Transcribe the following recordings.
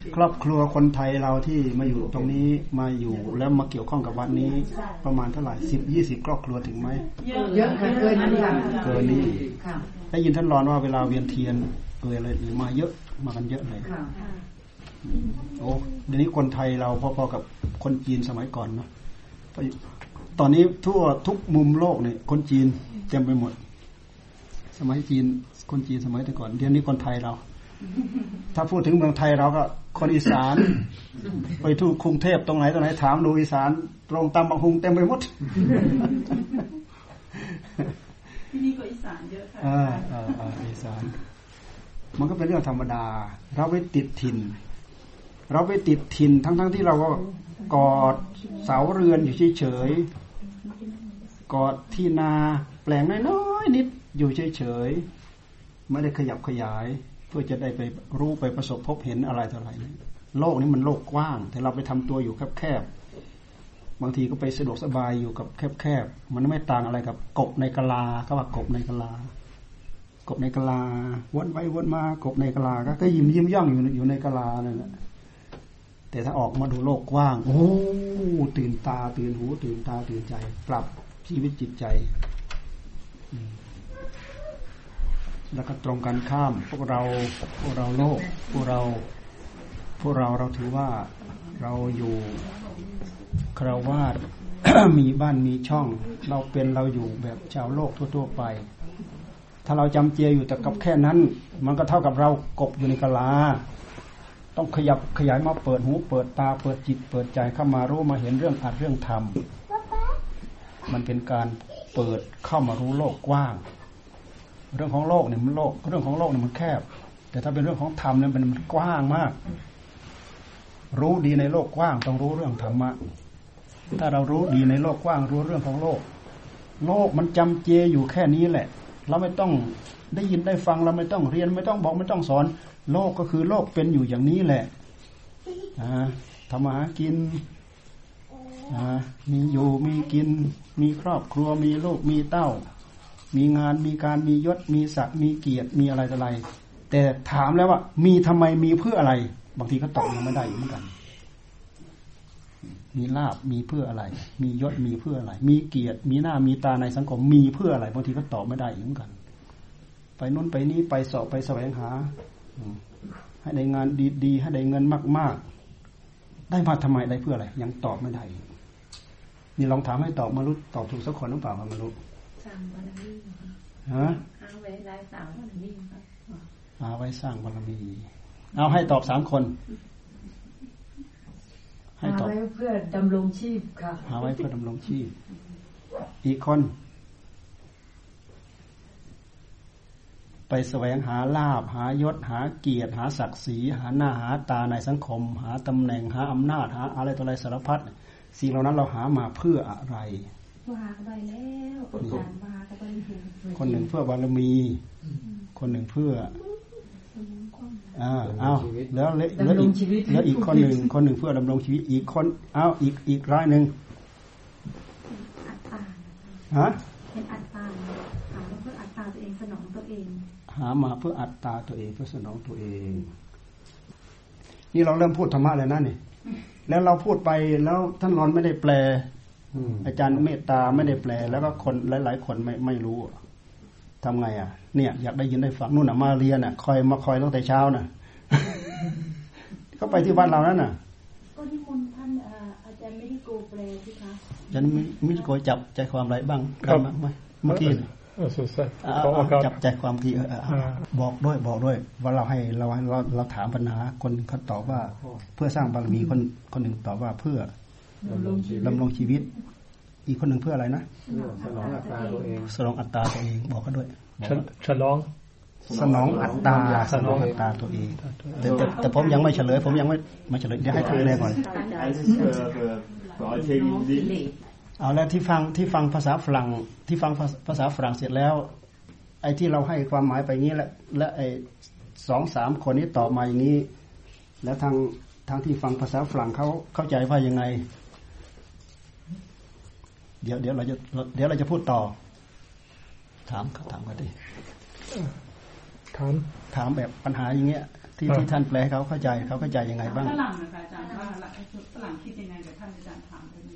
ครอบครัวคนไทยเราที่มาอยู่ตรงนี้มาอยู่แล้วมาเกี่ยวข้องกับวัดนี้ประมาณเท่าไหร่10-20ครอบครัวถึงไหมเยอะเกินนี้เกินนี้ได้ยินท่านรอนว่าเวลาเวียนเทียนอะไรหรือมาเยอะมากันเยอะเลยโอ้เดี๋ยวนี้คนไทยเราพอๆกับคนจีนสมัยก่อนเนาะตอนนี้ทั่วทุกมุมโลกเนี่ยคนจีนเต็มไปหมดสมัยจีนคนจีนสมัยแต่ก่อนเดี๋ยวนี้คนไทยเราถ้าพูดถึงเมืองไทยเราก็คนอีสานไปทุกกรุงเทพตรงไหนถามดูอีสานตรงตามบางฮุงเต็มไปหมดที่นี่ก็อีสานเยอะค่ะอีสานมันก็เป็นเรื่องธรรมดาเราไปติดถิ่นทั้งที่เราก็กอดเสาเรือนอยู่เฉยๆกอดที่นาแปลงน้อยๆนิดอยู่เฉยๆไม่ได้ขยับขยายเพื่อจะได้ไปรู้ไปประสบพบเห็นอะไรเท่าไหร่โลกนี้มันโลกกว้างแต่เราไปทำตัวอยู่แคบๆบางทีก็ไปสะดวกสบายอยู่กับแคบๆมันไม่ต่างอะไรกับกบในกะลาเขาว่ากบในกะลาวนไปวนมากบในกะลาก็ยิ้มย่องอยู่ในกะลานั่นแหละแต่ถ้าออกมาดูโลกกว้างโอ้ตื่นตาตื่นหูตื่นตาตื่นใจปรับชีวิตจิตใจแล้วก็ตรงกันข้ามพวกเราโลกพวกเราถือว่าเราอยู่คฤหัสถ์ มีบ้านมีช่องเราอยู่แบบชาวโลกทั่วๆไปถ้าเราจำเจอยู่แต่กับแค่นั้นมันก็เท่ากับเรากบอยู่ในกะลาต้องขยับขยายมาเปิดหูเปิดตาเปิดจิตเปิดใจเข้ามารู้มาเห็นเรื่องอัดเรื่องธรรมมันเป็นการเปิดเข้ามารู้โลกกว้างเรื่องของโลกเนี่ยมันเรื่องของโลกเนี่ยมันแคบแต่ถ้าเป็นเรื่องของธรรมเนี่ยมันกว้างมากรู้ดีในโลกกว้างต้องรู้เรื่องธรรมะถ้าเรารู้ดีในโลกกว้างรู้เรื่องของโลกมันจำเจอยู่แค่นี้แหละเราไม่ต้องได้ยินได้ฟังเราไม่ต้องเรียนไม่ต้องบอกไม่ต้องสอนโลกก็คือโลกเป็นอยู่อย่างนี้แหละทำมาหากินมีอยู่มีกินมีครอบครัวมีลูกมีเต้ามีงานมีการมียศมีศักดิ์มีเกียรติมีอะไรต่ออะไรแต่ถามแล้วว่ามีทำไมมีเพื่ออะไรบางทีก็ตอบยังไม่ได้เหมือนกันมีลาภมีเพื่ออะไรมียศมีเพื่ออะไรมีเกียรติมีหน้ามีตาในสังคมมีเพื่ออะไรบางทีก็ตอบไม่ได้เหมือนกันไปนู้นไปนี้ไปสอบไปแสวงหาให้ได้งานดีๆให้ได้เงินมากๆได้มาทำไมได้เพื่ออะไรยังตอบไม่ได้นี่ลองถามให้ตอบมารู้ตอบถูกสักคนหรือเปล่ามารู้สร้างบารมีฮะหาไว้ได้สร้างบารมีครับหาไว้สร้างบารมีเอาให้ตอบ3คนหาไว้เพื่อดำรงชีพค่ะหาไว้เพื่อดำรงชีพอีกคนไปแสวงหาลาภหายศหาเกียรติหาศักดิ์ศรีหาหน้าหาตาในสังคมหาตำแหน่งหาอำนาจหาอะไรต่ออะไรสารพัดสิ่งเหล่านั้นเราหามาเพื่ออะไรวางไปแล้วอาจารย์วางไปคนหนึ่งเพื่อบารมีคนหนึ่งเพื่อเอาแล้วอีกคนหนึ่งเพื่อดำรงชีวิตอีกคนอีกรายหนึ่งฮะเป็นอัตตาหาเพื่ออัตตาตัวเองสนองตัวเองหามาเพื่ออัตตาตัวเองเพื่อสนองตัวเองนี่เราเริ่มพูดธรรมะแล้วนะนี่แล้วเราพูดไปแล้วท่านรอนไม่ได้แปลอาจารย์เมตตาไม่ได้แปลแล้วก็คนหลายๆคนไม่รู้ทำไงเนี่ยอยากได้ยินได้ฟังนู่นมาเรียนคอยตั้งแต่เช้าก็ไปที่บ้านเรานั่นก็ที่คุณท่านอาจารย์ไม่ได้โกแปลสิคะอาจารย์ไม่ได้โกจับใจความอะไรบ้างได้บ้างไหมเมื่อกี้จับใจความที่บอกด้วยว่าเราถามปัญหาคนเขาตอบว่าเพื่อสร้างบารมีคนหนึ่งตอบว่าเพื่อดำรงชีวิตอีกคนหนึ่งเพื่ออะไรนะสนองอัตตาตัวเองบอกกันด้วยสนองอัตตาตัวเองแต่ผมยังไม่เฉลยผมยังไม่เฉลยเดี๋ยวให้ทำเลยก่อนเอาแล้วที่ฟังภาษาฝรั่งภาษาฝรั่งเสร็จแล้วไอ้ที่เราให้ความหมายไปงี้และไอ้ 2-3 คนนี้ตอบมาอย่างนี้แล้วทางที่ฟังภาษาฝรั่งเขาเข้าใจว่ายังไงเดี๋ยวเราจะพูดต่อถามกันดิถามแบบปัญหาอย่างเงี้ยที่ท่านแปลให้เขาเข้าใจยังไงบ้างฝรั่งนะคะอาจารย์ว่าฝรั่งคิดยังไงกับท่านอาจารย์ถามเป็น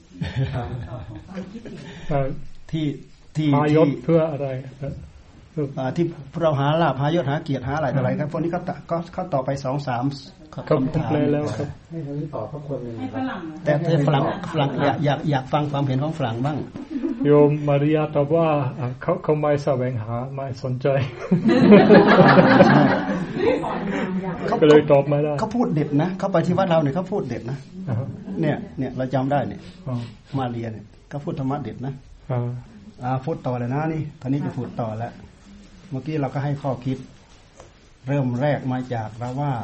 ที่หายศเพื่ออะไรที่เราหาลาภหายศหาเกียรติหาอะไรครับพวกนี้เขาตอบไป2-3 คำถามแล้วครับให้เขาตอบเขาคนนึงแต่ฝรั่งอยากฟังความเห็นของฝรั่งบ้างโยมมาริยาตอบว่าเขาไม่แสวงหาไม่สนใจก็เลยตอบไม่ได้เขาพูดเด็ดนะเขาไปที่วัดเราเนี่ยเขาพูดเด็ดนะเนี่ยเราจำได้เนี่ยมาเรียเนี่ยเขาพูดธรรมะเด็ดนะพูดต่อเลยนะนี่ตอนนี้จะพูดต่อแล้วเมื่อกี้เราก็ให้ข้อคิดเริ่มแรกมาจากเราว่า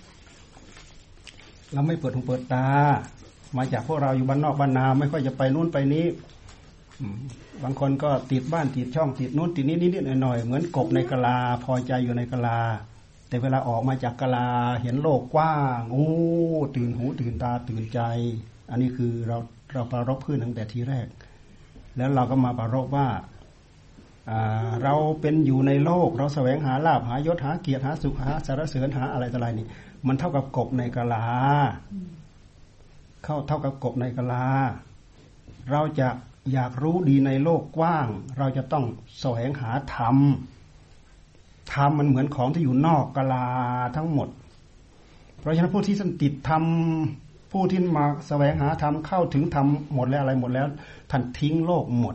เราไม่เปิดหูเปิดตามาจากพวกเราอยู่บ้านนอกบ้านนาไม่ค่อยจะไปนู่นไปนี้บางคนก็ติดบ้านติดช่องติดนู้นติดนี้นิดๆหน่อยๆเหมือนกบในกะลาพอใจอยู่ในกะลาแต่เวลาออกมาจากกะลาเห็นโลกกว้างโอ้ตื่นหูตื่นตาตื่นใจอันนี้คือเราประรบพื้นตั้งแต่ทีแรกแล้วเราก็มาประรบว่าเราเป็นอยู่ในโลกเราแสวงหาลาภหายศหาเกียรติหาสุขหาสรรเสริญหาอะไรต่ออะไรนี่มันเท่ากับกบในกะลาเท่ากับกบในกะลาเราจะอยากรู้ดีในโลกกว้างเราจะต้องแสวงหาธรรมมันเหมือนของที่อยู่นอกกะลาทั้งหมดเพราะฉะนั้นผู้ที่ติดธรรมผู้ที่มาแสวงหาธรรมเข้าถึงธรรมหมดแล้วอะไรหมดแล้วท่านทิ้งโลกหมด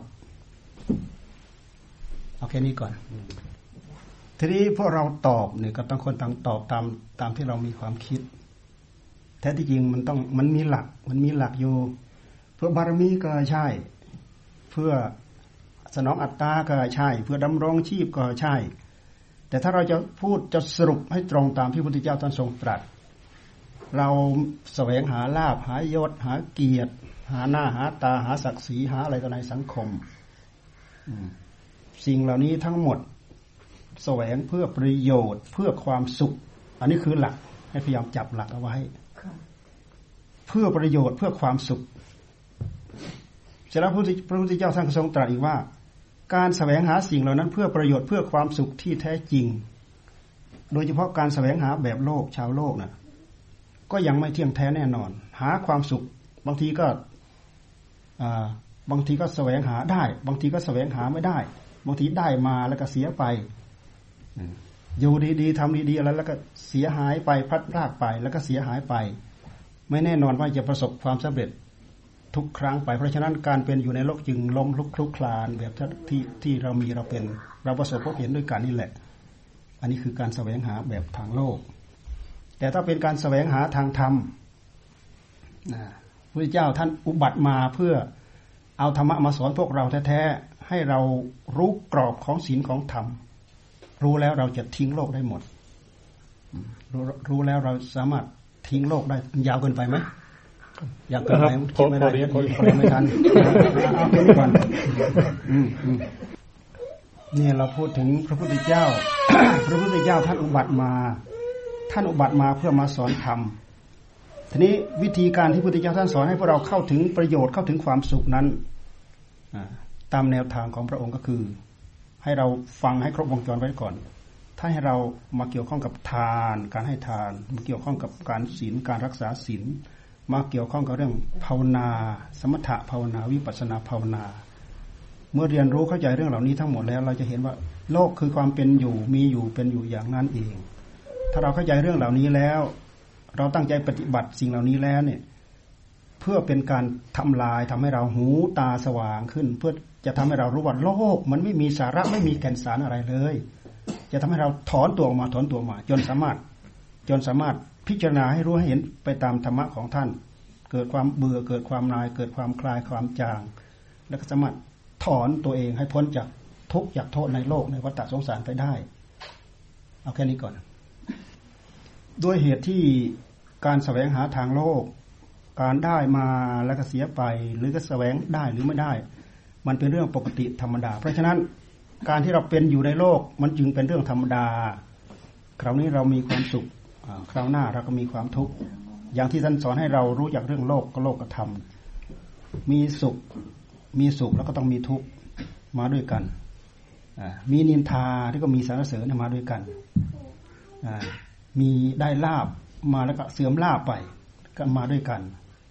เอาแค่นี้ก่อนทีนี้พวกเราตอบเนี่ยก็ต้องคนต่างตอบตามที่เรามีความคิดแท้ที่จริงมันมีหลักอยู่เพื่อบารมีก็ใช่เพื่อสนองอัตตาก็ใช่เพื่อดำรงชีพก็ใช่แต่ถ้าเราจะพูดจะสรุปให้ตรงตามที่พระพุทธเจ้าท่านทรงตรัสเราแสวงหาลาภหายศหาเกียรติหาหน้าหาตาหาศักดิ์ศรีหาอะไรต่อในสังคมสิ่งเหล่านี้ทั้งหมดแสวงเพื่อประโยชน์เพื่อความสุขอันนี้คือหลักให้พยายามจับหลักเอาไว้เพื่อประโยชน์เพื่อความสุขเสร็จแล้วพระพุทธเจ้าท่านทรงตรัสอีกว่าการแสวงหาสิ่งเหล่านั้นเพื่อประโยชน์เพื่อความสุขที่แท้จริงโดยเฉพาะการแสวงหาแบบโลกชาวโลกน่ะก็ยังไม่เที่ยงแท้แน่นอนหาความสุขบางทีก็แสวงหาได้บางทีก็แสวงหาไม่ได้บางทีได้มาแล้วก็เสียไปอยู่ดีๆทำดีๆอะไรแล้วก็เสียหายไปพลัดพรากไปแล้วก็เสียหายไปไม่แน่นอนว่าจะประสบความสำเร็จทุกครั้งไปเพราะฉะนั้นการเป็นอยู่ในโลกจึงล้มลุกคลุกคลานแบบที่เรามีเราเป็นเราประสบพบเห็นด้วยกันนี่แหละอันนี้คือการแสวงหาแบบทางโลกแต่ถ้าเป็นการแสวงหาทางธรรมพระพุทธเจ้าท่านอุบัติมาเพื่อเอาธรรมะมาสอนพวกเราแท้ๆให้เรารู้กรอบของศีลของธรรมรู้แล้วเราจะทิ้งโลกได้หมดรู้แล้วเราสามารถทิ้งโลกได้ยาวเกินไปไหมอยากเกินไปคิดไม่ได้ไม่ทันเอาแค่นี้ก่อนเนี่ยเราพูดถึงพระพุทธเจ้า พระพุทธเจ้าท่านอุบัติมาเพื่อมาสอนธรรมทีนี้วิธีการที่พระพุทธเจ้าท่านสอนให้พวกเราเข้าถึงประโยชน์เข้าถึงความสุขนั้นตามแนวทางของพระองค์ก็คือให้เราฟังให้ครบวงจรไว้ก่อนถ้าให้เรามาเกี่ยวข้องกับทานการให้ทานมาเกี่ยวข้องกับการศีลการรักษาศีลมาเกี่ยวข้องกับเรื่องภาวนาสมถะภาวนาวิปัสสนาภาวนาเมื่อเรียนรู้เข้าใจเรื่องเหล่านี้ทั้งหมดแล้วเราจะเห็นว่าโลกคือความเป็นอยู่มีอยู่เป็นอยู่อย่างนั้นเองถ้าเราเข้าใจเรื่องเหล่านี้แล้วเราตั้งใจปฏิบัติสิ่งเหล่านี้แล้วเนี่ยเพื่อเป็นการทำลายทำให้เราหูตาสว่างขึ้นเพื่อจะทำให้เรารู้ว่าโลกมันไม่มีสาระไม่มีแก่นสารอะไรเลยจะทำให้เราถอนตัวออกมาจนสามารถพิจารณาให้รู้ให้เห็นไปตามธรรมะของท่านเกิดความเบื่อเกิดความนายเกิดความคลายความจางแล้วก็สามารถถอนตัวเองให้พ้นจากทุกข์จากโทษในโลกในวัฏสงสารไปได้เอาแค่นี้ก่อนด้วยเหตุที่การแสวงหาทางโลกการได้มาแล้วก็เสียไปหรือก็แสวงได้หรือไม่ได้มันเป็นเรื่องปกติธรรมดาเพราะฉะนั้นการที่เราเป็นอยู่ในโลกมันจึงเป็นเรื่องธรรมดาคราวนี้เรามีความสุขคราวหน้าเราก็มีความทุกข์อย่างที่ท่านสอนให้เรารู้จักเรื่องโลกก็โลกธรรมมีสุขแล้วก็ต้องมีทุกข์มาด้วยกันมีนินทาที่ก็มีสรรเสริญมาด้วยกันมีได้ลาภมาแล้วก็เสื่อมลาภไปก็มาด้วยกัน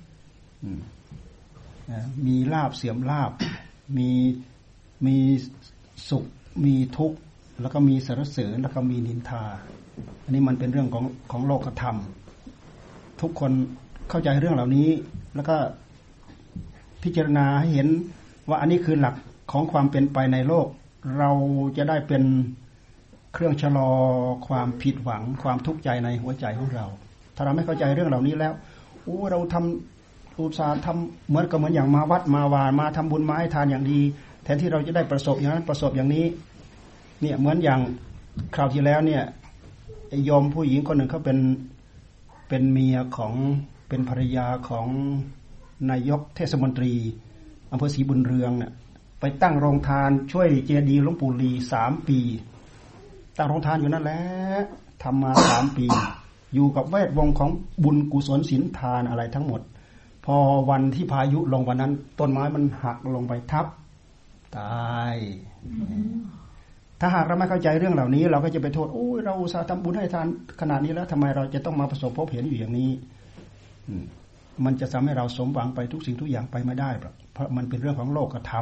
มีลาภเสื่อมลาภมีสุขมีทุกข์แล้วก็มีสรรเสริญแล้วก็มีนินทาอันนี้มันเป็นเรื่องของโลกธรรมทุกคนเข้าใจเรื่องเหล่านี้แล้วก็พิจารณาให้เห็นว่าอันนี้คือหลักของความเป็นไปในโลกเราจะได้เป็นเครื่องชะลอความผิดหวังความทุกข์ใจในหัวใจของเราถ้าเราไม่เข้าใจเรื่องเหล่านี้แล้วเราทำอุตสาห์ทำเหมือนอย่างมาวัดมาวานมาทำบุญมาให้ทานอย่างดีแทนที่เราจะได้ประสบอย่างนั้นประสบอย่างนี้เนี่ยเหมือนอย่างคราวที่แล้วเนี่ยโยมผู้หญิงคนหนึ่งเขาเป็นเมียของเป็นภรรยาของนายกเทศมนตรีอำเภอศรีบุญเรืองเนี่ยไปตั้งโรงทานช่วยเจดีย์หลวงปู่ลี3 ปีตั้งโรงทานอยู่นั่นแหละทำมา3 ปีอยู่กับแวดวงของบุญกุศลศีลทานอะไรทั้งหมดพอวันที่พายุลงวันนั้นต้นไม้มันหักลงไปทับตายถ้าหากเราไม่เข้าใจเรื่องเหล่านี้เราก็จะไปโทษเราอุตส่าห์ทำบุญให้ทานขนาดนี้แล้วทำไมเราจะต้องมาประสบพบเห็นอยู่อย่างนี้มันจะทำให้เราสมหวังไปทุกสิ่งทุกอย่างไปไม่ได้เพราะมันเป็นเรื่องของโลกธรรม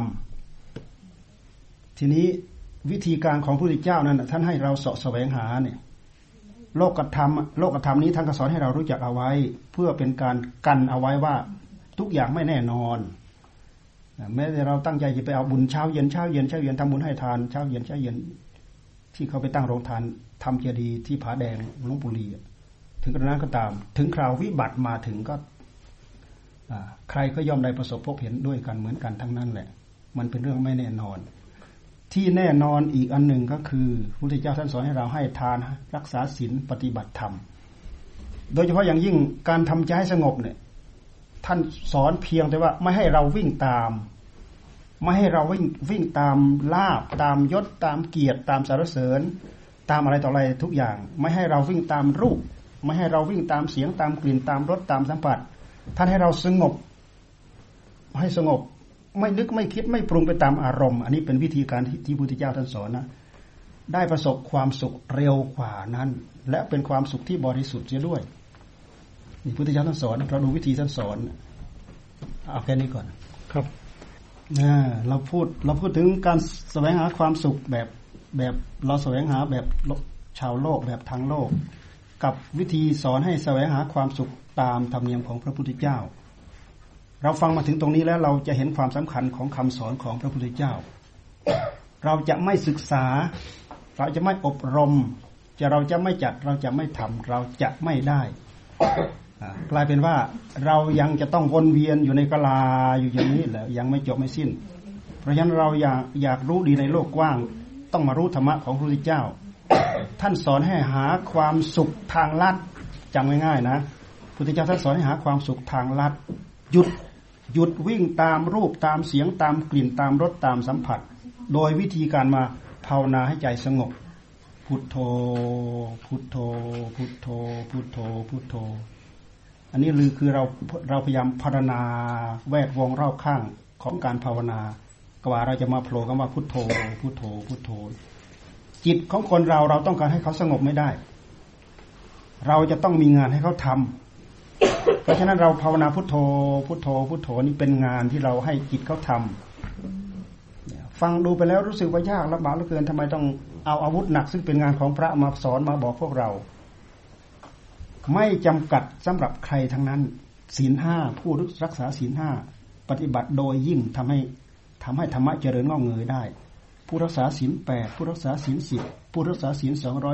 ทีนี้วิธีการของพระพุทธเจ้านั้นท่านให้เราเสาะแสวงหาเนี่ยโลกธรรมนี้ท่านก็สอนให้เรารู้จักเอาไว้เพื่อเป็นการกันเอาไว้ว่าทุกอย่างไม่แน่นอนแม้แต่เราตั้งใจจะไปเอาบุญเช้าเย็นทำบุญให้ทานเช้าเย็นที่เขาไปตั้งโรงทานทำเจดีย์ที่ผาแดงหลวงปู่ลีถึงกระนั้นก็ตามถึงคราววิบัติมาถึงก็ใครก็ย่อมได้ประสบพบเห็นด้วยกันเหมือนกันทั้งนั้นแหละมันเป็นเรื่องไม่แน่นอนที่แน่นอนอีกอันหนึ่งก็คือพระพุทธเจ้าท่านสอนให้เราให้ทานรักษาศีลปฏิบัติธรรมโดยเฉพาะอย่างยิ่งการทำใจให้สงบเนี่ยท่านสอนเพียงแต่ว่าไม่ให้เราวิ่งตามไม่ให้เราวิ่งตามลาภตามยศตามเกียรติตามสรรเสริญตามอะไรต่ออะไรทุกอย่างไม่ให้เราวิ่งตามรูปไม่ให้เราวิ่งตามเสียงตามกลิ่นตามรสตามสัมผัสท่านให้เราสงบให้สงบไม่นึกไม่คิดไม่ปรุงไปตามอารมณ์อันนี้เป็นวิธีการที่พระพุทธเจ้าท่านสอนนะได้ประสบความสุขเร็วกว่านั้นและเป็นความสุขที่บริสุทธิ์เสียด้วยนี่พระพุทธเจ้าท่านสอนเราดูวิธีท่านสอนเอาแค่นี้ก่อนครับเราพูดถึงการแสวงหาความสุขแบบเราแสวงหาแบบชาวโลกแบบทางโลกกับวิธีสอนให้แสวงหาความสุขตามธรรมเนียมของพระพุทธเจ้าเราฟังมาถึงตรงนี้แล้วเราจะเห็นความสำคัญของคำสอนของพระพุทธเจ้าเราจะไม่ศึกษาเราจะไม่อบรมเราจะไม่จัดเราจะไม่ทำเราจะไม่ได้กลายเป็นว่าเรายังจะต้องวนเวียนอยู่ในกะลาอยู่อย่างนี้แหละยังไม่จบไม่สิ้นเพราะฉะนั้นเราอยากรู้ดีในโลกกว้างต้องมารู้ธรรมะของพระพุทธเจ้าท่านสอนให้หาความสุขทางลัดจำง่ายๆนะพระพุทธเจ้าท่านสอนให้หาความสุขทางลัดหยุดวิ่งตามรูปตามเสียงตามกลิ่นตามรสตามสัมผัสโดยวิธีการมาภาวนาให้ใจสงบพุทโธพุทโธพุทโธพุทโธพุทโธอันนี้คือเราพยายามพัฒนาแวดวงรอบข้างของการภาวนากว่าเราจะมาโผล่คำว่าพุทโธพุทโธพุทโธจิตของคนเราต้องการให้เขาสงบไม่ได้เราจะต้องมีงานให้เขาทำเพราะฉะนั้นเราภาวนาพุทโธพุทโธพุทโธนี่เป็นงานที่เราให้จิตเขาทำฟังดูไปแล้วรู้สึกว่ายากลำบากเหลือเกินทำไมต้องเอาอาวุธหนักซึ่งเป็นงานของพระมาสอนมาบอกพวกเราไม่จำกัดสำหรับใครทั้งนั้นศีล 5ผู้รักษาศีล 5ปฏิบัติโดยยิ่งทำให้ธรรมะเจริญงอกเงยได้ผู้รักษาศีล 8ผู้รักษาศีล 10ผู้รักษาศีล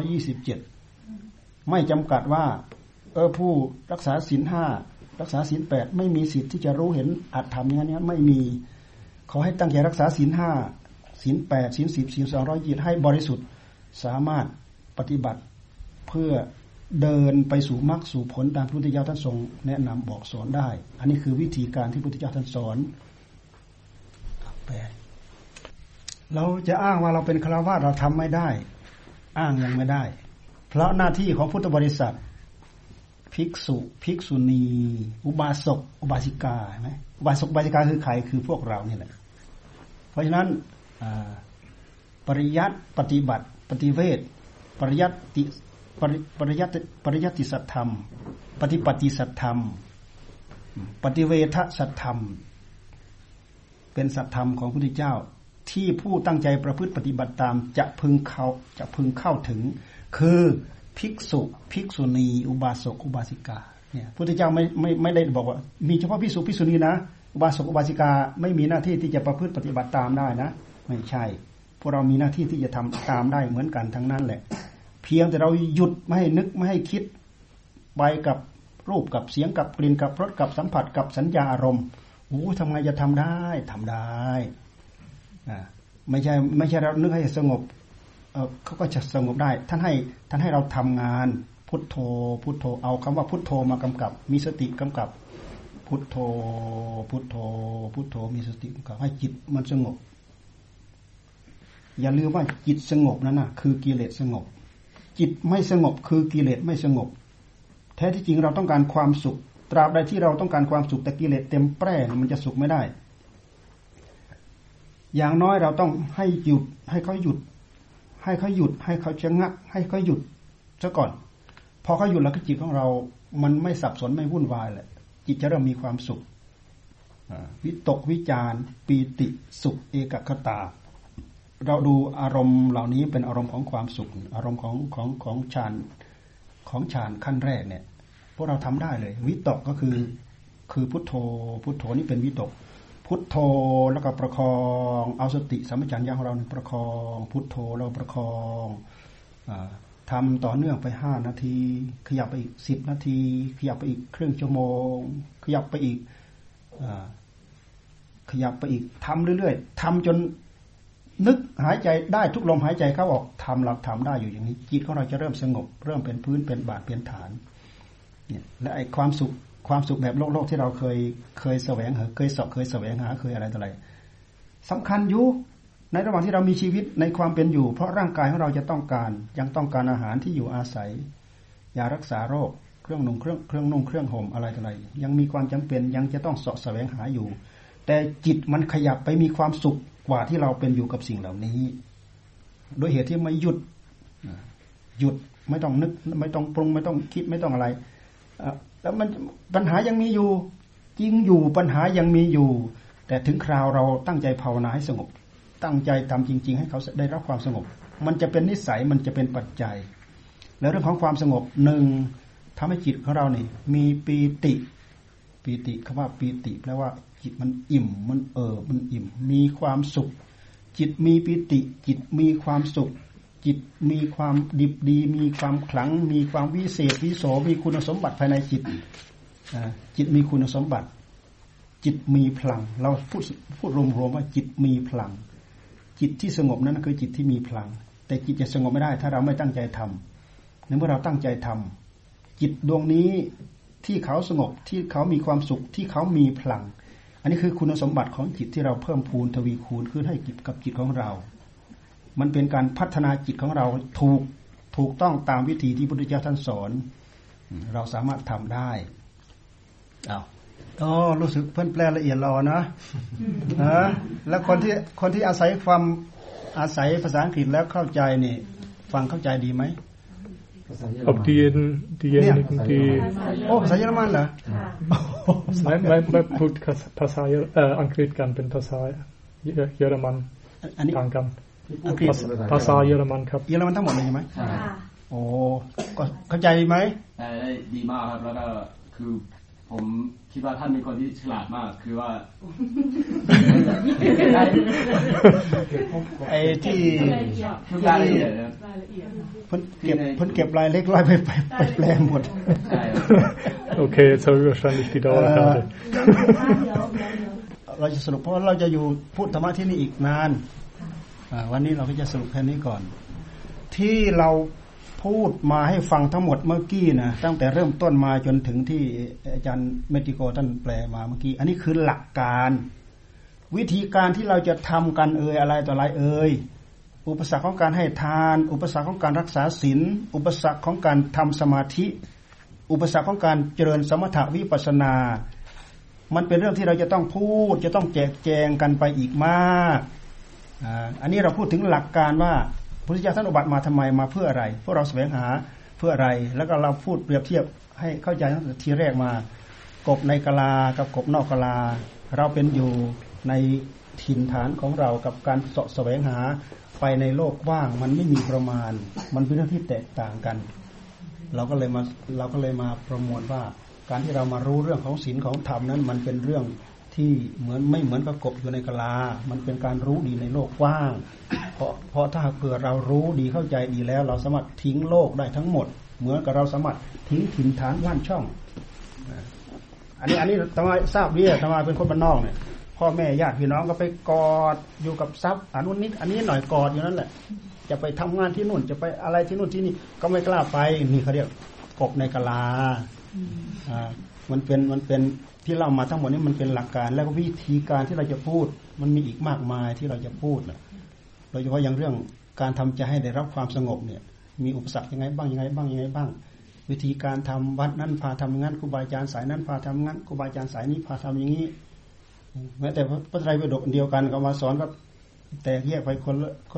227ไม่จำกัดว่าผู้รักษาศีล 5รักษาศีล 8ไม่มีสิทธิ์ที่จะรู้เห็นอัตธรรมอย่างนี้ไม่มีขอให้ตั้งใจรักษาศีล 5ศีล 8ศีล 10ศีล220ให้บริสุทธิ์สามารถปฏิบัติเพื่อเดินไปสู่มรรคสู่ผลตามพระพุทธเจ้าท่านทรงแนะนำบอกสอนได้อันนี้คือวิธีการที่พระพุทธเจ้าท่านสอนเราจะอ้างว่าเราเป็นฆราวาสเราทำไม่ได้อ้างยังไม่ได้เพราะหน้าที่ของพุทธบริษัทภิกษุภิกษุณีอุบาสกอุบาสิกาใช่ไหมอุบาสกอุบาสิกาคือใครคือพวกเรานี่แหละเพราะฉะนั้นปริยัติปฏิบัติปฏิเวทปริยัติปริยัติสัทธรรมปฏิปัติสัทธรรมปฏิเวทสัทธรรมเป็นสัทธรรมของพระพุทธเจ้าที่ผู้ตั้งใจประพฤติปฏิบัติตามจะพึงเข้าถึงคือภิกษุภิกษุณีอุบาสกอุบาสิกาเนี่ยพระพุทธเจ้าไม่ได้บอกว่ามีเฉพาะภิกษุภิกษุณีนะอุบาสกอุบาสิกาไม่มีหน้าที่ที่จะประพฤติปฏิบัติตามได้นะไม่ใช่พวกเรามีหน้าที่ที่จะทำตามได้เหมือนกันทั้งนั้นแหละเพียงแต่เราหยุดไม่ให้นึกไม่ให้คิดไปกับรูปกับเสียงกับกลิ่นกับรสกับสัมผัสกับสัญญาอารมณ์โอ้ทำไงจะทำได้ไม่ใช่เรานึกให้สงบเขาก็จะสงบได้ท่านให้เราทำงานพุทโธพุทโธเอาคำว่าพุทโธมากำกับมีสติกำกับพุทโธพุทโธพุทโธมีสติกำกับให้จิตมันสงบอย่าลืมว่าจิตสงบนั้นน่ะคือกิเลสสงบจิตไม่สงบคือกิเลสไม่สงบแท้ที่จริงเราต้องการความสุขตราบใดที่เราต้องการความสุขแต่กิเลสเต็มแปร่มันจะสุขไม่ได้อย่างน้อยเราต้องให้หยุดให้เขาหยุดให้เขาชะงักให้เขาหยุดซะก่อนพอเขาหยุดแล้วจิตของเรามันไม่สับสนไม่วุ่นวายแหละจิตจะเริ่มมีความสุขวิตกวิจารปีติสุขเอกคตาเราดูอารมณ์เหล่านี้เป็นอารมณ์ของความสุขอารมณ์ของฌานขั้นแรกเนี่ยพวกเราทำได้เลยวิตกก็คือพุทโธพุทโธนี่เป็นวิตกพุทโธแล้วก็ประคองเอาสติสัมปชัญญะของเราประคองพุทโธแล้วประคองทำต่อเนื่องไป5นาทีขยับไปอีก10นาทีขยับไปอีกครึ่งชั่วโมงขยับไปอีกทำเรื่อยๆทำจนนึกหายใจได้ทุกลมหายใจเข้าออกทำได้อยู่อย่างนี้จิตของเราจะเริ่มสงบเริ่มเป็นพื้นเป็นบาทเป็นฐานเนี่ยและไอ้ความสุขแบบโลกที่เราเคยแสวงหาเคยแสวงหาเคยอะไรต่ออะไรสำคัญอยู่ในระหว่างที่เรามีชีวิตในความเป็นอยู่เพราะร่างกายของเราจะต้องการยังต้องการอาหารที่อยู่อาศัยยารักษาโรคเครื่องนุ่งเครื่องห่มอะไรต่ออะไรยังมีความจำเป็นยังจะต้องเสาะแสวงหาอยู่แต่จิตมันขยับไปมีความสุขกว่าที่เราเป็นอยู่กับสิ่งเหล่านี้โดยเหตุที่ไม่หยุดไม่ต้องนึกไม่ต้องปรุงไม่ต้องคิดไม่ต้องอะไรแล้วมันปัญหายังมีอยู่จริงอยู่ปัญหายังมีอยู่แต่ถึงคราวเราตั้งใจภาวนาให้สงบตั้งใจทำจริงๆให้เขาได้รับความสงบมันจะเป็นนิสัยมันจะเป็นปัจจัยแล้วเรื่องของความสงบหนึ่งทำให้จิตของเราเนี่ยมีปีติคำว่าปีติแปลว่าจิตมันอิ่มมันมันอิ่มมีความสุขจิตมีปีติจิตมีความสุขจิตมีความดิบดีมีความขลังมีความวิเศษวิโสมีคุณสมบัติภายในจิตจิตมีคุณสมบัติจิตมีพลังเราพูดรวมๆว่าจิตมีพลังจิตที่สงบนั้นคือจิตที่มีพลังแต่จิตจะสงบไม่ได้ถ้าเราไม่ตั้งใจทำในเมื่อเราตั้งใจทำจิตดวงนี้ที่เขาสงบที่เขามีความสุขที่เขามีพลังอันนี้คือคุณสมบัติของจิตที่เราเพิ่มพูนทวีคูณขึ้นให้กับจิตของเรามันเป็นการพัฒนาจิตของเราถูกต้องตามวิธีที่พระพุทธเจ้าท่านสอนเราสามารถทำได้รู้สึกเพิ่นแปลละเอียดรอนะแล้วคนที่อาศัยภาษาอังกฤษแล้วเข้าใจนี่ฟังเข้าใจดีไหม Ob diejenigen, die... Oh, ภาษาเยอรมันเหรอไม่พูดภาษาอังกฤษกันเป็นภาษาเยอรมันต่างกันภาษาเยอรมันครับเยอรมันทั้งหมดเลยใช่ไหมโอ้ก็เข้าใจไหมได้ดีมากครับแล้วก็คือผมคิดว่าท่านเป็นคนที่ฉลาดมากคือว่าไอ้ที่รายละเอียดเพิ่นเก็บรายเล็กรายไปแปลหมด Okay, jetzt habe ich wahrscheinlich die Dauerkarte เราจะสรุปเพราะเราจะอยู่พูดธรรมะที่นี่อีกนานวันนี้เราก็จะสรุปแค่นี้ก่อนที่เราพูดมาให้ฟังทั้งหมดเมื่อกี้นะตั้งแต่เริ่มต้นมาจนถึงที่อาจารย์เมติโกท่านแปลมาเมื่อกี้อันนี้คือหลักการวิธีการที่เราจะทำกันอะไรต่ออะไรอุปสรรคของการให้ทานอุปสรรคของการรักษาศีลอุปสรรคของการทำสมาธิอุปสรรคของการเจริญสมถะวิปัสสนามันเป็นเรื่องที่เราจะต้องพูดจะต้องแจกแจงกันไปอีกมากอันนี้เราพูดถึงหลักการว่าพระพุทธเจ้าท่านอุบัติมาทำไมมาเพื่ออะไรพวกเราแสวงหาพื่ออะไรแล้วก็เราพูดเปรียบเทียบให้เข้าใจตั้งแต่ทีแรกมากบในกะลากับกบนอกกะลาเราเป็นอยู่ในถิ่นฐานของเรากับการเสาะแสวงหาไปในโลกว่างมันไม่มีประมาณมันเป็นเรื่องที่แตกต่างกันเราก็เลยมาประมวลว่าการที่เรามารู้เรื่องของศีลของธรรมนั้นมันเป็นเรื่องที่ไม่เหมือนกับกบอยู่ในกะลามันเป็นการรู้ดีในโลกกว้างเพราะถ้าเผื่อเรารู้ดีเข้าใจดีแล้วเราสามารถทิ้งโลกได้ทั้งหมดเหมือนกับเราสามารถทิ้งถิ่นฐานว่านช่องอันนี้ทำไมทราบดีทำไมเป็นคนบ้านนอกเนี่ยพ่อแม่ญาติพี่น้องก็ไปกอดอยู่กับทรัพย์อันนู้นนิดอันนี้หน่อยกอดอยู่นั่นแหละจะไปทำงานที่นู่นจะไปอะไรที่นู่นที่นี่ก็ไม่กล้าไปนี่เขาเรียกกบในกะลามันเป็นที่เล่ามาทั้งหมดนี้มันเป็นหลักการแล้วก็วิธีการที่เราจะพูดมันมีอีกมากมายที่เราจะพูดโดยเฉพาะอย่างเรื่องการทำใจให้ได้รับความสงบเนี่ยมีอุปสรรคยังไงบ้างวิธีการทำวัดนั้นพาทำอย่างนั้นครูบาอาจารย์สายนั้นพาทำอย่างนั้นครูบาอาจารย์สายนี้พาทำอย่างนี้แม้แต่พระไตรปิฎกเดียวกันก็มาสอนก็แตกแยกไปคน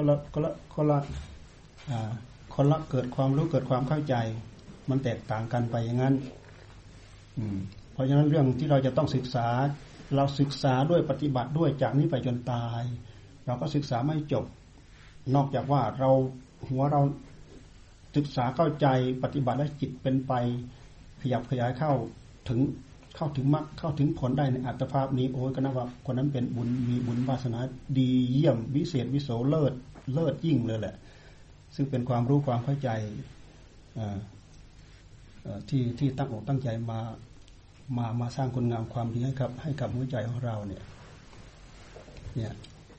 ละเกิดความรู้เกิดความเข้าใจมันแตกต่างกันไปอย่างนั้นเพราะฉะนั้นเรื่องที่เราจะต้องศึกษาเราศึกษาด้วยปฏิบัติด้วยจากนี้ไปจนตายเราก็ศึกษาไม่จบนอกจากว่าหัวเราศึกษาเข้าใจปฏิบัติและจิตเป็นไปขยับขยายเข้าถึงมรรคเข้าถึงผลได้ในอัตภาพนี้โอ้ยก็นับว่าคนนั้นเป็นบุญมีบุญวาสนาดีเยี่ยมวิเศษวิโสเลิศยิ่งเลยแหละซึ่งเป็นความรู้ความเข้าใจที่ตั้งอกตั้งใจมาสร้างคุณงามความดีให้กับหัวใจของเราเนี่ย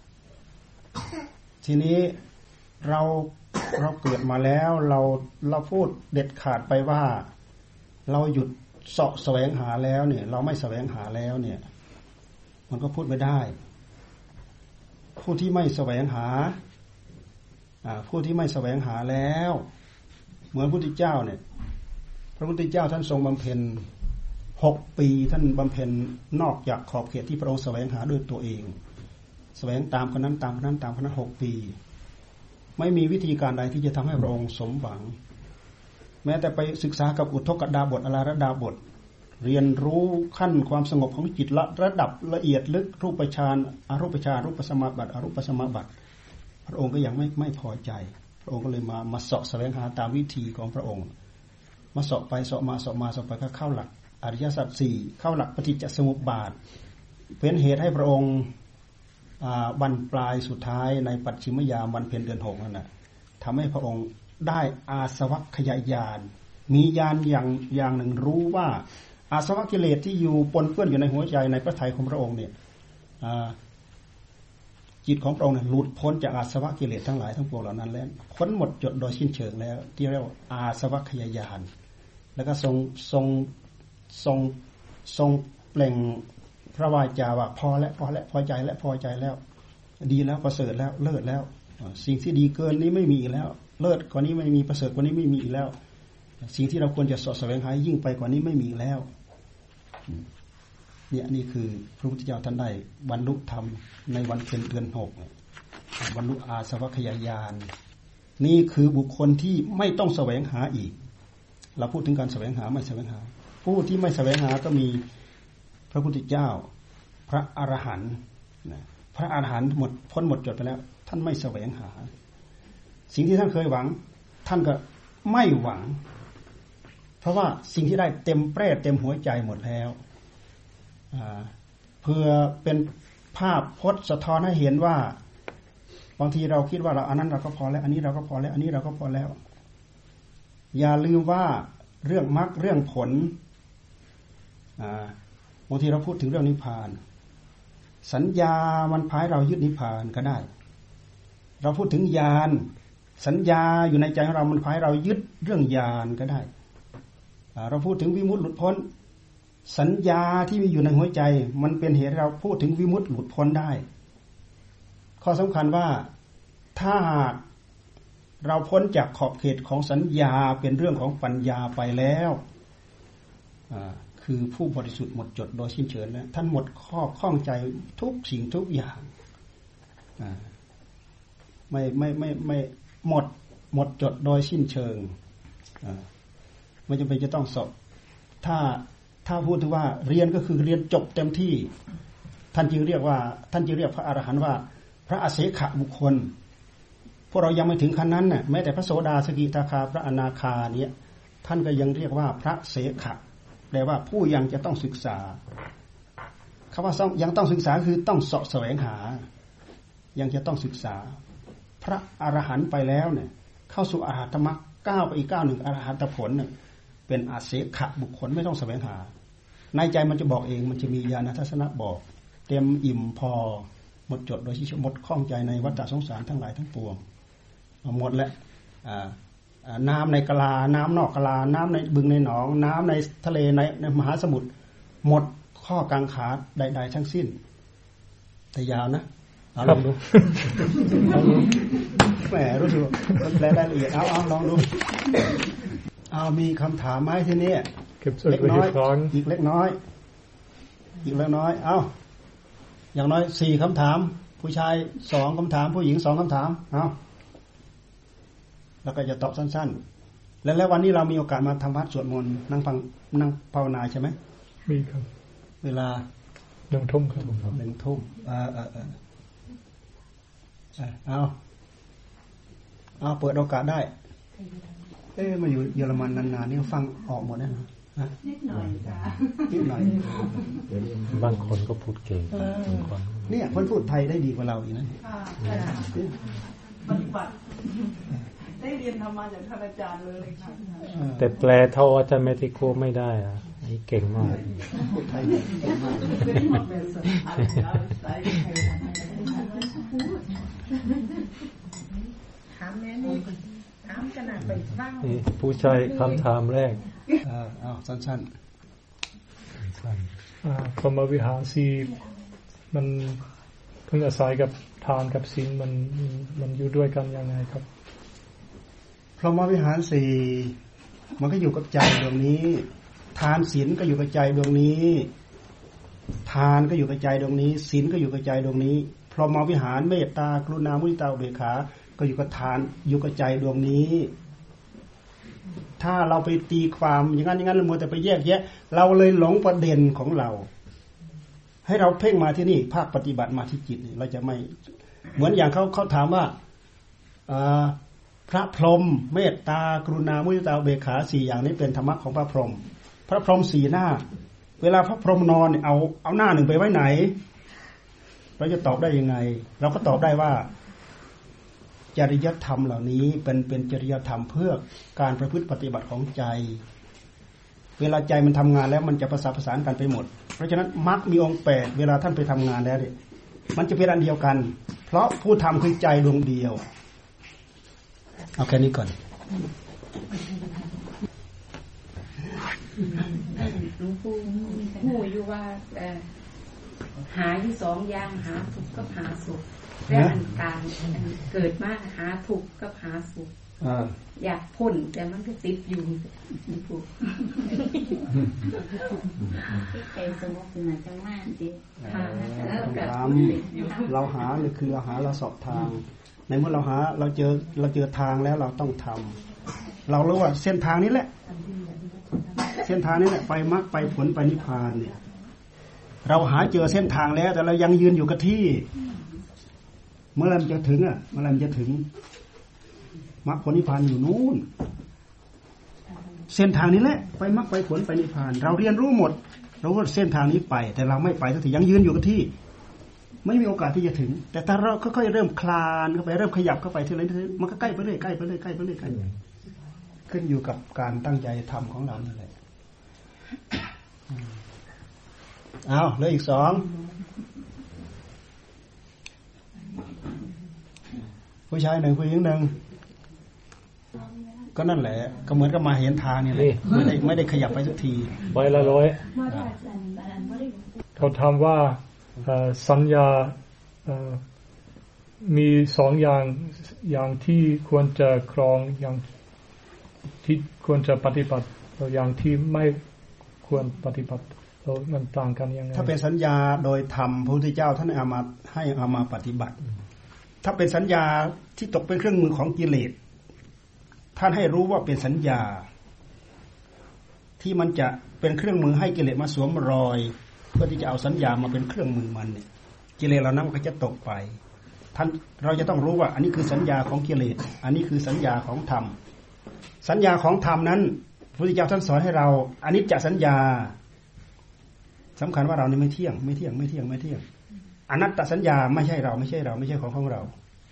ทีนี้เราเกิดมาแล้วเราพูดเด็ดขาดไปว่าเราหยุดเสาะแสวงหาแล้วเนี่ยเราไม่แสวงหาแล้วเนี่ยมันก็พูดไม่ได้ผู้ที่ไม่แสวงหาแล้วเหมือนพระพุทธเจ้าเนี่ยพระพุทธเจ้าท่านทรงบำเพ็ญ6 ปีท่านบำเพ็ญนอกจากขอบเขตที่พระองค์แสวงหาด้วยตัวเองแสวงตามคนนั้น6 ปีไม่มีวิธีการใดที่จะทำให้พระองค์สมหวังแม้แต่ไปศึกษากับอุทกดาบทอลาระดาบทเรียนรู้ขั้นความสงบของจิตระดับละเอียดลึกรูปฌานอรูปฌานรูปสมาบัติอรูปสมาบัติพระองค์ก็ยังไม่พอใจพระองค์ก็เลยมาเสาะแสวงหาตามวิธีของพระองค์มาเสาะไปเสาะมาก็เข้าหลักอริยสัจ 4เข้าหลักปฏิจจสมุปบาทเป็นเหตุให้พระองค์บรรปลายสุดท้ายในปัจฉิมยามวันเพ็ญเดือน 6นั่นน่ะทำให้พระองค์ได้อาสวัคยญาณมีญาณอย่างหนึ่งรู้ว่าอาสวะกิเลสที่อยู่ปนเปื้อนอยู่ในหัวใจในพระทัยของพระองค์เนี่ยจิตของพระองค์เนี่ยหลุดพ้นจากอาสวะกิเลสทั้งหลายทั้งปวงเหล่านั้นแล้วพ้นหมดจดโดยสิ้นเชิงแล้วที่เรียกว่าอาสวัคยญาณแล้วก็ทรงเปล่งพระวาจาว่าพอใจแล้วดีแล้วประเสริฐแล้วเลิศแล้วสิ่งที่ดีเกินนี้ไม่มีอีกแล้วเลิศกว่านี้ไม่มีประเสริฐกว่านี้ไม่มีอีกแล้วสิ่งที่เราควรจะเสาะแสวงหายิ่งไปกว่านี้ไม่มีแล้วเนี่ยนี่คือพระพุทธเจ้าท่านได้บรรลุธรรมในวันเพ็ญเดือน 6บรรลุอาสวัคยญาณนี่คือบุคคลที่ไม่ต้องแสวงหาอีกเราพูดถึงการแสวงหาไม่แสวงหาผู้ที่ไม่แสวงหาก็มีพระพุทธเจ้าพระอรหันต์พระอรหันต์พ้นหมดจดไปแล้วท่านไม่แสวงหาสิ่งที่ท่านเคยหวังท่านก็ไม่หวังเพราะว่าสิ่งที่ได้เต็มแปร่เต็มหัวใจหมดแล้วเพื่อเป็นภาพพจน์สะท้อนให้เห็นว่าบางทีเราคิดว่าเราอันนั้นเราก็พอแล้วอันนี้เราก็พอแล้วอันนี้เราก็พอแล้วอย่าลืมว่าเรื่องมรรคเรื่องผลบางทีเราพูดถึงเรื่องนิพพานสัญญามันพาให้เรายึดนิพพานก็ได้เราพูดถึงญาณสัญญาอยู่ในใจของเรามันพาให้เรายึดเรื่องญาณก็ได้เราพูดถึงวิมุตติหลุดพ้นสัญญาที่มีอยู่ในหัวใจมันเป็นเหตุให้เราพูดถึงวิมุตติหลุดพ้นได้ข้อสำคัญว่าถ้าเราพ้นจากขอบเขตของสัญญาเป็นเรื่องของปัญญาไปแล้วคือผู้บริสุทธิ์หมดจดโดยสิ้นเชิงแล้วท่านหมดข้อข้องใจทุกสิ่งทุกอย่างไม่หมดจดโดยสิ้นเชิงไม่จำเป็นจะต้องสอบถ้าพูดถึงว่าเรียนก็คือเรียนจบเต็มที่ท่านจึงเรียกพระอรหันต์ว่าพระอเสขะบุคคลพวกเรายังไม่ถึงขั้นนั้นน่ะแม้แต่พระโสดาสกิทาคาพระอนาคาเนี่ยท่านก็ยังเรียกว่าพระเสขะแปลว่าผู้ยังจะต้องศึกษาคำว่ายังต้องศึกษาคือต้องเสาะแสวงหายังจะต้องศึกษาพระอรหันต์ไปแล้วเนี่ยเข้าสู่อรหัตมรรคก้าวไปอีกก้าวหนึ่งอรหัตผลเนี่ยเป็นอเสขะบุคคลไม่ต้องแสวงหาในใจมันจะบอกเองมันจะมีญาณทัศนะบอกเต็มอิ่มพอหมดจดโดยที่หมดข้องใจในวัฏสงสารทั้งหลายทั้งปวงหมดแล้วน้ำในกะลาน้ำนอกกะลาน้ำในบึงในหนองน้ำในทะเลในมหาสมุทรหมดข้อกังขาใดๆทั้งสิ้นแต่ยาวนะเอาลองดูแหมรู้สึกแปลรายละเอียดเอาลองดูเอามีคำถามไหมทีนี้เล็กน้อยอีกเล็กน้อยเอาอย่างน้อย4คำถามผู้ชาย2คำถามผู้หญิง2คำถามเอาแล้วก็จะตอบสั้นๆแล้ววันนี้เรามีโอกาสมาทำวัดสวดมนต์นั่งภาวนาใช่ไหมมีครับเวลา 1 ทุ่มครับ 1 ทุ่มเอาเปิดโอกาสได้มาอยู่เยอรมันนานๆนี่ฟังออกหมดนะนิดหน่อยจ้ะนิดหน่อยบางคนก็พูดเก่งบางคนเนี่ยคนพูดไทยได้ดีกว่าเราอีกนะปฏิบัติได้เรียนธรรมะจากท่านอาจารย์เลยค่ะแต่แปลเท่าอาจารย์เมธิโกไม่ได้อะนี่เก่งมากพูดไทยเก่งมากถามแม่นี่ถามขนาดไปบ้างผู้ชายคำถามแรกเอาสั้นๆพรหมวิหาร4มันเพิ่งอาศัยกับทานกับศีลมันอยู่ด้วยกันยังไงครับพรหมวิหาร4มันก็อยู่กับใจดวงนี้ทานศีลก็อยู่กับใจดวงนี้ทานก็อยู่กับใจดวงนี้ศีลก็อยู่กับใจดวงนี้พรหมวิหารเมตตากรุณามุทิตาอุเบกขาก็อยู่กับทานอยู่กับใจดวงนี้ถ้าเราไปตีความอย่างนั้นเรามัวแต่ไปแยกแยะเราเลยหลงประเด็นของเราให้เราเพ่งมาที่นี่ภาคปฏิบัติมาที่จิตเราจะไม่เหมือนอย่างเขาถามว่าพระพรหมเมตตากรุณามุทิตาอุเบกขา4อย่างนี้เป็นธรรมะของพระพรหมพระพรหม4หน้าเวลาพระพรหมนอนเอาหน้า1ไปไว้ไหนเราจะตอบได้ยังไงเราก็ตอบได้ว่าจริยธรรมเหล่านี้เป็นจริยธรรมเพื่อการประพฤติปฏิบัติของใจเวลาใจมันทำงานแล้วมันจะประสานกันไปหมดเพราะฉะนั้นมรรคมีองค์8เวลาท่านไปทำงานแล้วเนี่ยมันจะเป็นอันเดียวกันเพราะผู้ทำคือใจดวงเดียวเอาแค่นี้ก่อนหลวงปู่หูอยู่ว่าหาที่2อย่างหาทุกข์กับหาสุขและอันการเกิดมาหาทุกข์กับหาสุขอยากพ้นแต่มันก็ติดอยู่หลวงปู่ใจสงบหน่อยจังมากดิเราหาเนี่ยคือเราสอบทางในเมื่อเราเจอทางแล้วเราต้องทำเรารู้ว่าเส้นทางนี้แหละเส้นทางนี้แหละไปมรรคไปผลไปนิพพานเนี่ยเราหาเจอเส้นทางแล้วแต่เรายังยืนอยู่กับที่เมื่อไรมันจะถึงเมื่อไรมันจะถึงมรรคผลนิพพานอยู่นู่นเส้นทางนี้แหละไปมรรคไปผลไปนิพพานเราเรียนรู้หมดเราว่าเส้นทางนี้ไปแต่เราไม่ไปสักทียังยืนอยู่กับที่ไม่มีโอกาสที่จะถึงแต่ถ้าเราค่อยๆเริ่มคลานเข้าไปเริ่มขยับเข้าไปทีละนิดมันก็ใกล้ไปเรื่อยใกล้ไปเรื่อยใกล้ไปเรื่อยขึ้นอยู่กับการตั้งใจทำของเรานั่นแหละเอาเหลืออีก2ผู้ชาย1ผู้หญิง1ก็นั่นแหละก็เหมือนกับมาเห็นทางนี่แหละไม่ได้ขยับไปสักทีใบละ100เขาถามว่าสัญญามี2อย่างที่ควรจะครองอย่างที่ควรจะปฏิบัติอย่างที่ไม่ควรปฏิบัติมันต่างกันยังไงถ้าเป็นสัญญาโดยธรรมพระพุทธเจ้าท่านเอามาปฏิบัติถ้าเป็นสัญญาที่ตกเป็นเครื่องมือของกิเลสท่านให้รู้ว่าเป็นสัญญาที่มันจะเป็นเครื่องมือให้กิเลสมาสวมรอยเพื่อที่จะเอาสัญญามาเป็นเครื่องมือมันเนี่ยกิเลสเหล่านั้นก็จะตกไปท่านเราจะต้องรู้ว่าอันนี้คือสัญญาของกิเลสอันนี้คือสัญญาของธรรมสัญญาของธรรมนั้นพระพุทธเจ้าท่านสอนให้เราอนิจจสัญญาสำคัญว่าเรานี่ไม่เที่ยงอนัตตสัญญาไม่ใช่เราไม่ใช่ของเรา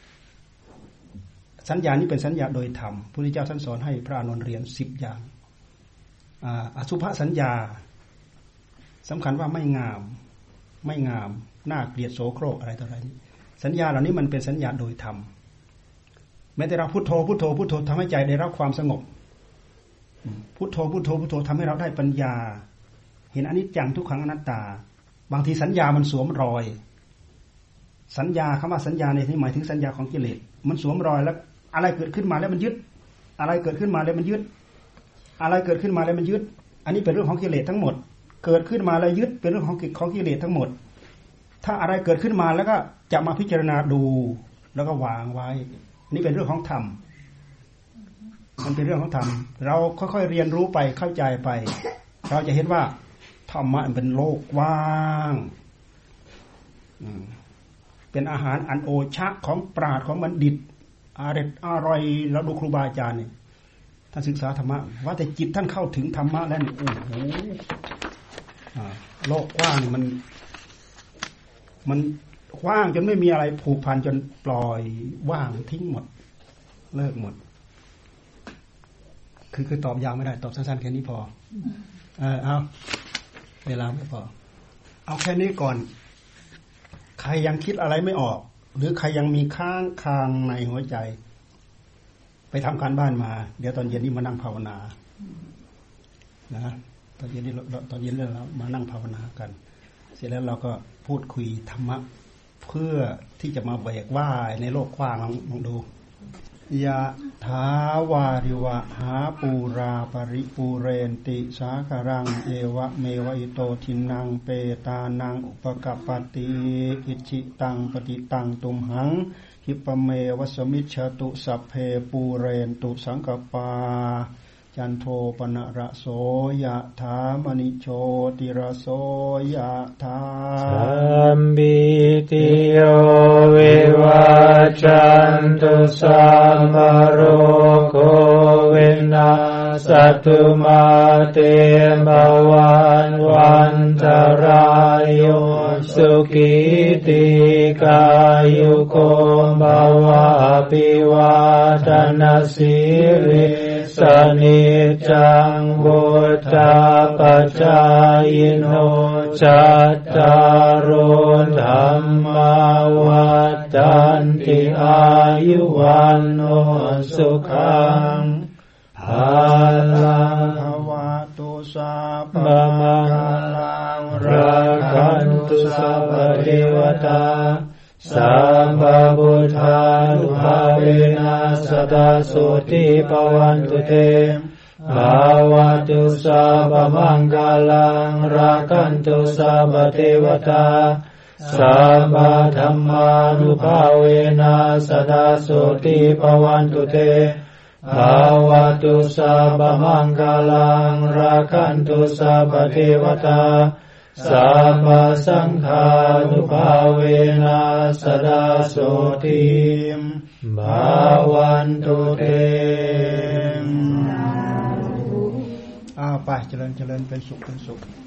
สัญญานี้เป็นสัญญาโดยธรรมพระพุทธเจ้าท่านสอนให้พระอานนท์เรียน10อย่างอสุภสัญญาสำคัญว่าไม่งามน่าเกลียดโสโครกอะไรต่ออะไรนี้สัญญาเหล่านี้มันเป็นสัญญาโดยธรรมแม้แต่เราพุทโธทำให้ใจได้รับความสงบพุทโธทำให้เราได้ปัญญาเห็นอนิจจังทุกขังอนัตตาบางทีสัญญามันสวมรอยสัญญาคำว่าสัญญาในที่หมายถึงสัญญาของกิเลสมันสวมรอยแล้วอะไรเกิดขึ้นมาแล้วมันยึดอะไรเกิดขึ้นมาแล้วมันยึดอะไรเกิดขึ้นมาแล้วมันยึดอันนี้เป็นเรื่องของกิเลสทั้งหมดเกิดขึ้นมาแล้วยึดเป็นเรื่องของกิเลสทั้งหมดถ้าอะไรเกิดขึ้นมาแล้วก็จะมาพิจารณาดูแล้วก็วางไว้นี่เป็นเรื่องของธรรมมันเป็นเรื่องของธรรมเราค่อยๆเรียนรู้ไปเข้าใจไปเราจะเห็นว่าธรรมะมันเป็นโลกว่างเป็นอาหารอันโอชะของปราชญ์ของบัณฑิตอร่อยเราดูครูบาอาจารย์นี่ท่านศึกษาธรรมะว่าแต่จิตท่านเข้าถึงธรรมะแล้วนี่โอ้โหโลกกว้างนี่มันกว้างจนไม่มีอะไรผูกพันจนปล่อยว่างทิ้งหมดเลิกหมดคือตอบยาวไม่ได้ตอบสั้นๆแค่นี้พอเอาเวลาไม่พอเอาแค่นี้ก่อนใครยังคิดอะไรไม่ออกหรือใครยังมีค้างคางในหัวใจไปทำการบ้านมาเดี๋ยวตอนเย็นนี้มานั่งภาวนานะตอนเย็นเรามานั่งภาวนากันเสร็จแล้วเราก็พูดคุยธรรมะเพื่อที่จะมาแบกว่ายในโลกกว้างลองดูยะถาวาริวะหาปูราปริปูเรนติสาคารังเอวะเมวะอิโตทินังเปตานังอุปกัปปติอิจิตังปฏิตังตุมหังหิปเมวัสมิจฉตุสัพเพปูเรนตุสังกปาจันโทปนะระโสยะถามณิโชติระโสยะถาสัมปิติโยวิวัจจันตุสัมมโรโควินาศตุมาเตภวันวันตรายโยสุขิติกายุโกภวะปิวาทนาสิริสนิจังวุฒาปัจจายโนจัตตารโธรรมาวัฏฏันติอายุวันโนสุขังภาลังภวตุสัพพมังลังรักขันตุสัพพเทวตาสัมภพุทธานุภาเวนัสตาโสติภวันตุเตภวตุสัพพมังคลังรักขันตุสัพพเทวตาสัมภธัมมานุภาเวนัสตาโสติภวันตุเตภวตุสัพพมังคลังรักขันตุสัพพเทวตาสัพพสังฆานุภาเวนัสตาโสติภวันตุเตไปเจริญเป็นสุข